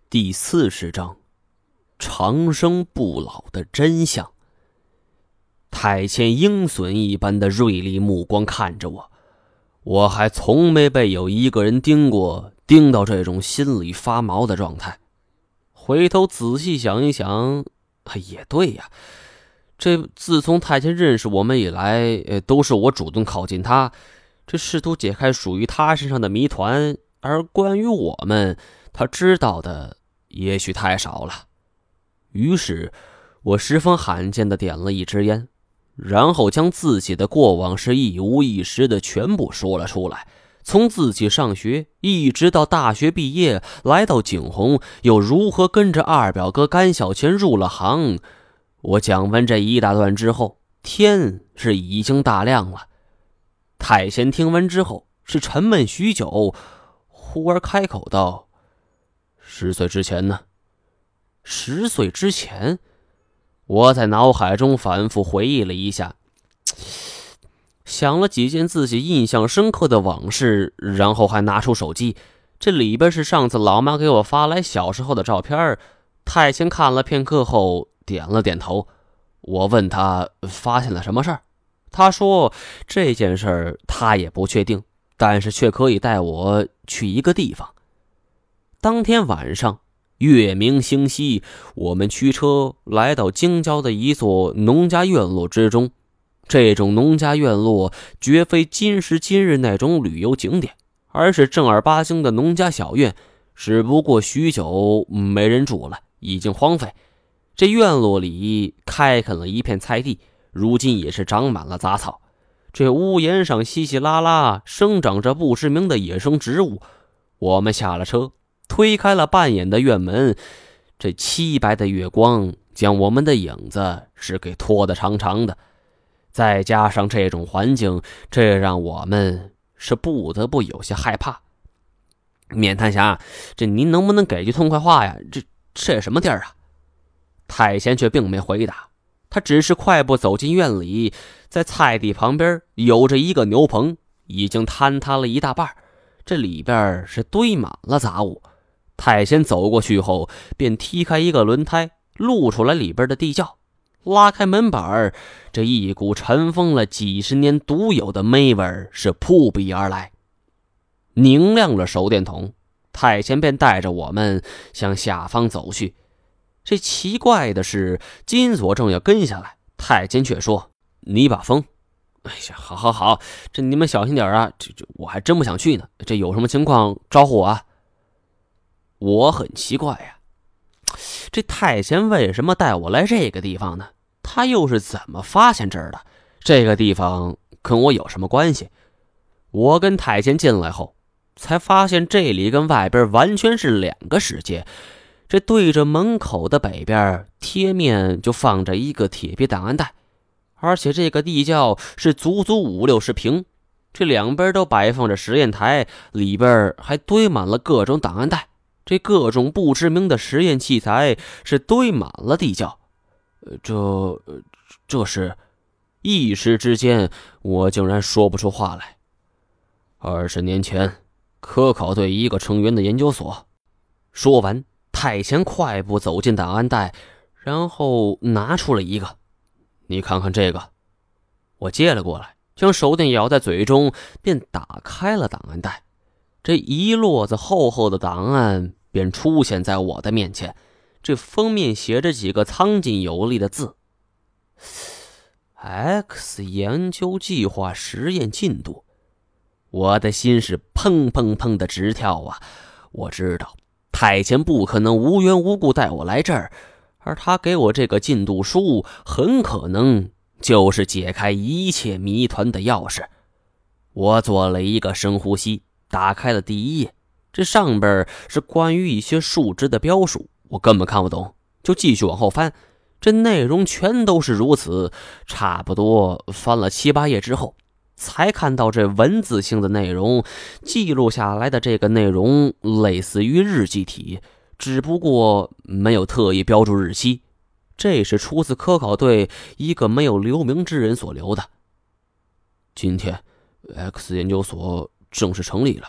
第40章，长生不老的真相。太谦鹰隼一般的锐利目光看着我，我还从没被有一个人盯过，盯到这种心里发毛的状态。回头仔细想一想，也对呀，这自从太谦认识我们以来，都是我主动靠近他，这试图解开属于他身上的谜团，而关于我们，他知道的也许太少了。于是我十分罕见地点了一支烟，然后将自己的过往是一五一十的全部说了出来，从自己上学一直到大学毕业，来到景洪，又如何跟着二表哥甘小钱入了行。我讲完这一大段之后，天是已经大亮了。太贤听完之后是沉闷许久，忽而开口道：“10岁之前呢？”10岁之前，我在脑海中反复回忆了一下，想了几件自己印象深刻的往事，然后还拿出手机，这里边是上次老妈给我发来小时候的照片。太贤看了片刻后点了点头。我问他发现了什么事儿，他说这件事儿他也不确定，但是却可以带我去一个地方。当天晚上月明星稀，我们驱车来到京郊的一座农家院落之中。这种农家院落绝非今时今日那种旅游景点，而是正儿八经的农家小院，只不过许久没人住了，已经荒废。这院落里开垦了一片菜地，如今也是长满了杂草。这屋檐上稀稀拉拉生长着不知名的野生植物。我们下了车，推开了半掩的院门，这漆白的月光将我们的影子是给拖得长长的，再加上这种环境，这让我们是不得不有些害怕。免探侠，这您能不能给句痛快话呀？这什么地儿啊？太贤却并没回答，他只是快步走进院里，在菜地旁边有着一个牛棚，已经坍塌了一大半，这里边是堆满了杂物。太贤走过去后，便踢开一个轮胎，露出来里边的地窖，拉开门板，这一股尘封了几十年独有的霉味是扑鼻而来。拧亮了手电筒，太贤便带着我们向下方走去。这奇怪的是，金锁正要跟下来，太监却说：“你把风。”哎呀，好，这你们小心点啊！这我还真不想去呢。这有什么情况招呼我啊？我很奇怪呀，这太监为什么带我来这个地方呢？他又是怎么发现这儿的？这个地方跟我有什么关系？我跟太监进来后，才发现这里跟外边完全是两个世界。这对着门口的北边贴面就放着一个铁皮档案袋，而且这个地窖是足足50-60平，这两边都摆放着实验台，里边还堆满了各种档案袋，这各种不知名的实验器材是堆满了地窖。这是一时之间我竟然说不出话来。20年前科考队一个成员的研究所。说完，太贤快步走进档案袋，然后拿出了一个。你看看这个。我接了过来，将手电咬在嘴中，便打开了档案袋。这一摞子厚厚的档案便出现在我的面前，这封面写着几个苍劲有力的字： X 研究计划实验进度。我的心是砰砰砰的直跳啊！我知道太监不可能无缘无故带我来这儿，而他给我这个进度书，很可能就是解开一切谜团的钥匙。我做了一个深呼吸，打开了第一页，这上边是关于一些数值的标数，我根本看不懂，就继续往后翻，这内容全都是如此。差不多翻了7-8页之后，才看到这文字性的内容，记录下来的这个内容类似于日记体，只不过没有特意标注日期。这是出自科考队一个没有留名之人所留的。今天 X 研究所正式成立了，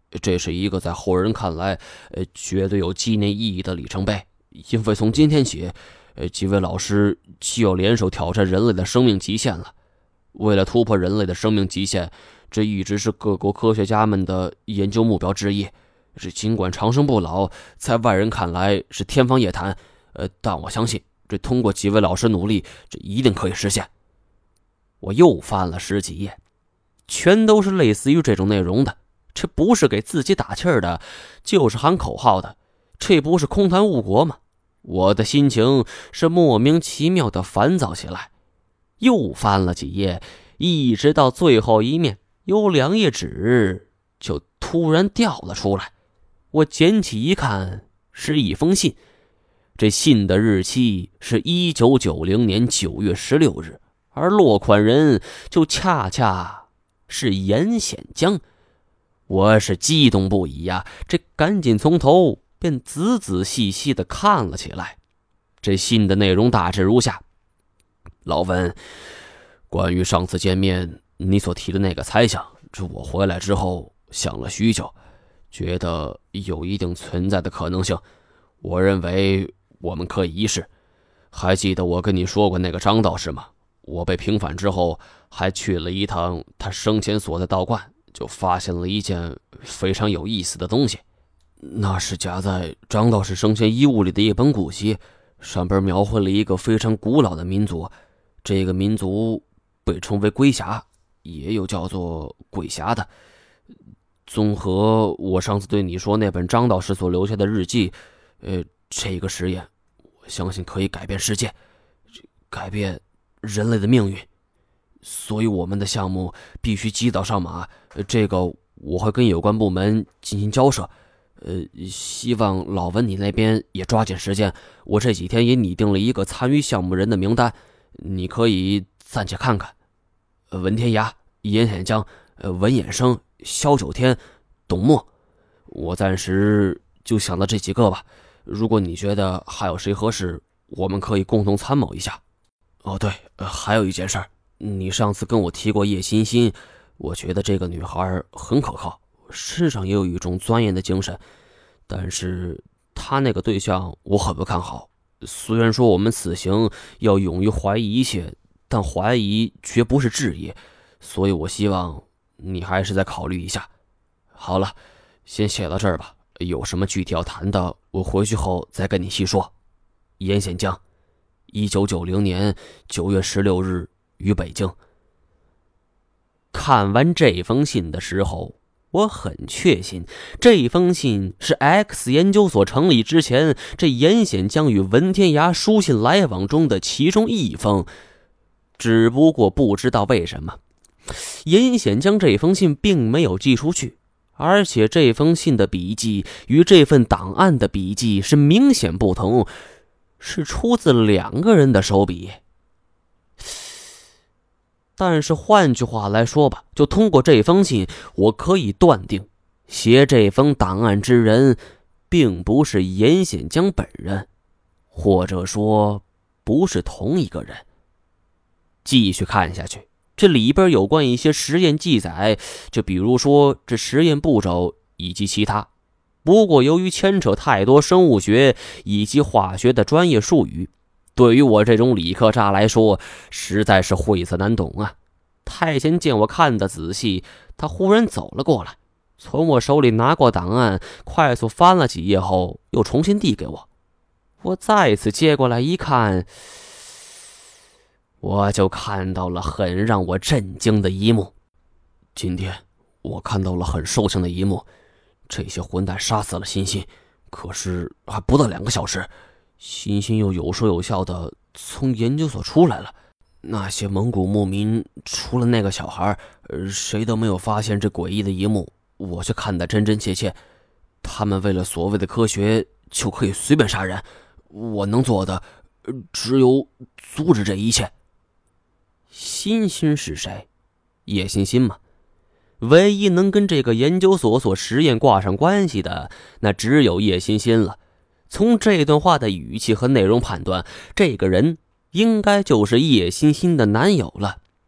这是一个在后人看来，绝对有纪念意义的里程碑。因为从今天起，几位老师就要联手挑战人类的生命极限了。为了突破人类的生命极限，这一直是各国科学家们的研究目标之一。尽管长生不老在外人看来是天方夜谭，但我相信这通过几位老师努力，这一定可以实现。我又翻了10几页，全都是类似于这种内容的。这不是给自己打气儿的，就是喊口号的，这不是空谈误国吗？我的心情是莫名其妙的烦躁起来。又翻了几页，一直到最后一面，有2页纸就突然掉了出来。我捡起一看，是一封信。这信的日期是1990年9月16日，而落款人就恰恰是严显江。我是激动不已呀，这赶紧从头便仔仔细细地看了起来。这信的内容大致如下：老文，关于上次见面你所提的那个猜想，这我回来之后想了许久，觉得有一定存在的可能性。我认为我们可以一试。还记得我跟你说过那个张道士吗？我被平反之后，还去了一趟他生前所在道观，就发现了一件非常有意思的东西。那是夹在张道士生前衣物里的一本古籍，上边描绘了一个非常古老的民族。这个民族被称为龟侠，也有叫做鬼侠的。综合我上次对你说那本张道士所留下的日记，这个实验我相信可以改变世界，改变人类的命运。所以我们的项目必须及早上马，这个我会跟有关部门进行交涉。希望老文你那边也抓紧时间，我这几天也拟定了一个参与项目人的名单，你可以暂且看看。文天涯、严显江、文衍生、萧九天、董墨，我暂时就想到这几个吧。如果你觉得还有谁合适，我们可以共同参谋一下。哦对，还有一件事，你上次跟我提过叶欣欣，我觉得这个女孩很可靠，身上也有一种钻研的精神，但是她那个对象我很不看好。虽然说我们此行要勇于怀疑一切，但怀疑绝不是质疑，所以我希望你还是再考虑一下。好了，先写到这儿吧，有什么具体要谈的，我回去后再跟你细说。严显江，1990年9月16日于北京。看完这封信的时候，我很确信这封信是 X 研究所成立之前这严显江与文天涯书信来往中的其中一封。只不过不知道为什么严显江这封信并没有寄出去，而且这封信的笔迹与这份档案的笔迹是明显不同，是出自2个人的手笔。但是换句话来说吧，就通过这封信，我可以断定写这封档案之人并不是严显江本人，或者说不是同一个人。继续看下去，这里边有关一些实验记载，就比如说这实验步骤以及其他。不过由于牵扯太多生物学以及化学的专业术语，对于我这种理科渣来说实在是晦涩难懂啊。太监见我看得仔细，他忽然走了过来，从我手里拿过档案，快速翻了几页后又重新递给我。我再次接过来一看，我就看到了很让我震惊的一幕。今天我看到了很受伤的一幕，这些混蛋杀死了欣欣，可是还不到2个小时，欣欣又有说有笑的从研究所出来了。那些蒙古牧民除了那个小孩，谁都没有发现这诡异的一幕，我却看得真真切切。他们为了所谓的科学就可以随便杀人，我能做的只有阻止这一切。欣欣是谁？叶欣欣吗？唯一能跟这个研究所实验挂上关系的，那只有叶欣欣了。从这段话的语气和内容判断，这个人应该就是叶欣欣的男友了。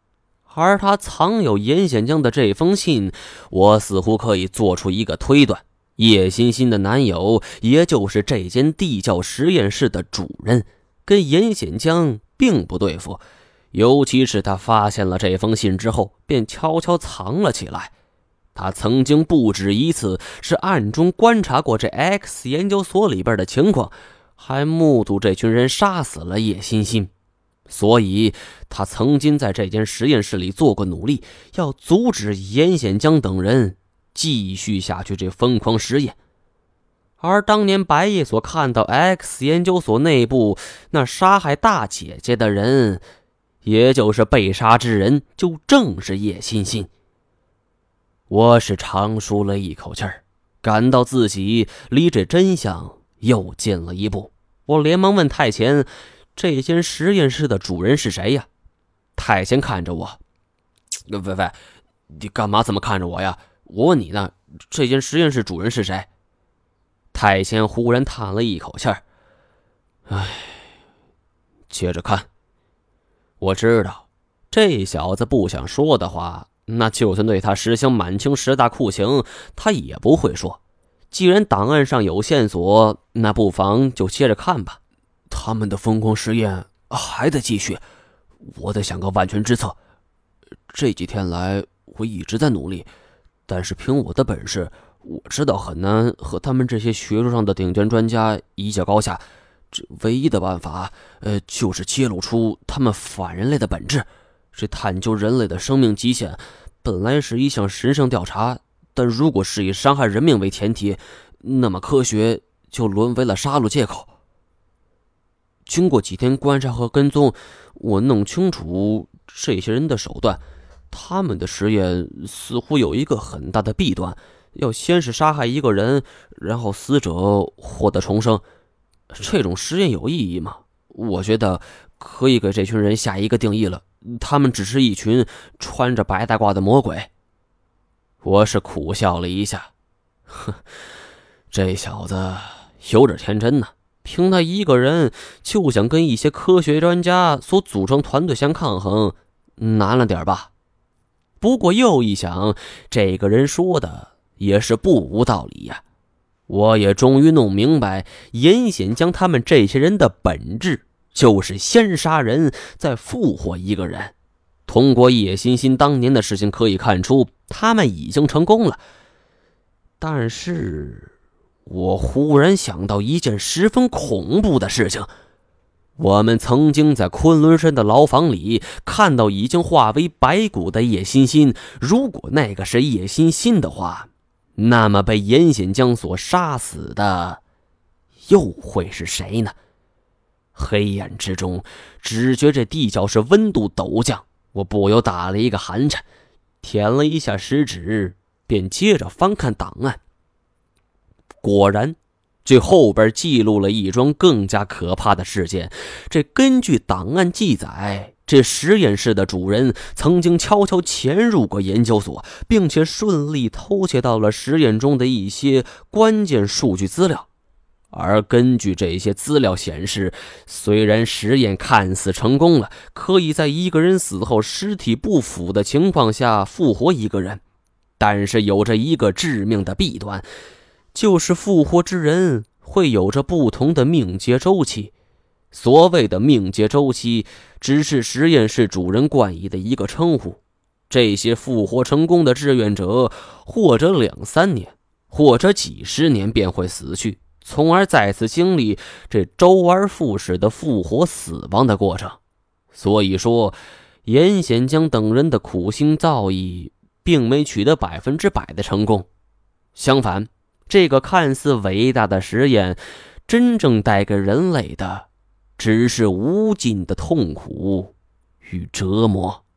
而他藏有严显江的这封信，我似乎可以做出一个推断：叶欣欣的男友，也就是这间地窖实验室的主人，跟严显江并不对付。尤其是他发现了这封信之后，便悄悄藏了起来。他曾经不止一次是暗中观察过这 X 研究所里边的情况，还目睹这群人杀死了叶欣欣。所以他曾经在这间实验室里做过努力，要阻止严显江等人继续下去这疯狂实验。而当年白夜所看到 X 研究所内部那杀害大姐姐的人，也就是被杀之人，就正是叶欣欣。我是长舒了一口气儿，感到自己离这真相又近了一步。我连忙问太前，这间实验室的主人是谁呀？太前看着我，喂，你干嘛这么看着我呀？我问你呢，这间实验室主人是谁？太前忽然叹了一口气儿，唉，接着看。我知道这小子不想说的话，那就算对他实行满清10大酷刑，他也不会说。既然档案上有线索，那不妨就接着看吧。他们的疯狂实验还得继续，我得想个万全之策。这几天来我一直在努力，但是凭我的本事，我知道很难和他们这些学术上的顶尖专家一较高下。这唯一的办法就是揭露出他们反人类的本质。这探究人类的生命极限本来是一项神圣调查，但如果是以伤害人命为前提，那么科学就沦为了杀戮借口。经过几天观察和跟踪，我弄清楚这些人的手段。他们的实验似乎有一个很大的弊端，要先是杀害一个人，然后死者获得重生。这种实验有意义吗？我觉得可以给这群人下一个定义了，他们只是一群穿着白大褂的魔鬼。我是苦笑了一下，这小子有点天真呢。凭他一个人就想跟一些科学专家所组成团队相抗衡，难了点吧？不过又一想，这个人说的也是不无道理呀。我也终于弄明白，严显江他们这些人的本质就是先杀人，再复活一个人。通过叶欣欣当年的事情可以看出，他们已经成功了。但是我忽然想到一件十分恐怖的事情。我们曾经在昆仑山的牢房里看到已经化为白骨的叶欣欣，如果那个是叶欣欣的话，那么被严显江所杀死的又会是谁呢？黑暗之中，只觉这地窖是温度陡降，我不由打了一个寒颤，舔了一下食指，便接着翻看档案。果然这后边记录了一桩更加可怕的事件。这根据档案记载，这实验室的主人曾经悄悄潜入过研究所，并且顺利偷窃到了实验中的一些关键数据资料。而根据这些资料显示，虽然实验看似成功了，可以在一个人死后尸体不腐的情况下复活一个人，但是有着一个致命的弊端，就是复活之人会有着不同的命劫周期。所谓的命劫周期只是实验室主人冠以的一个称呼。这些复活成功的志愿者或者2-3年，或者几十年便会死去，从而再次经历这周而复始的复活死亡的过程。所以说，严显江等人的苦心造诣并没取得100%的成功。相反，这个看似伟大的实验，真正带给人类的只是无尽的痛苦与折磨。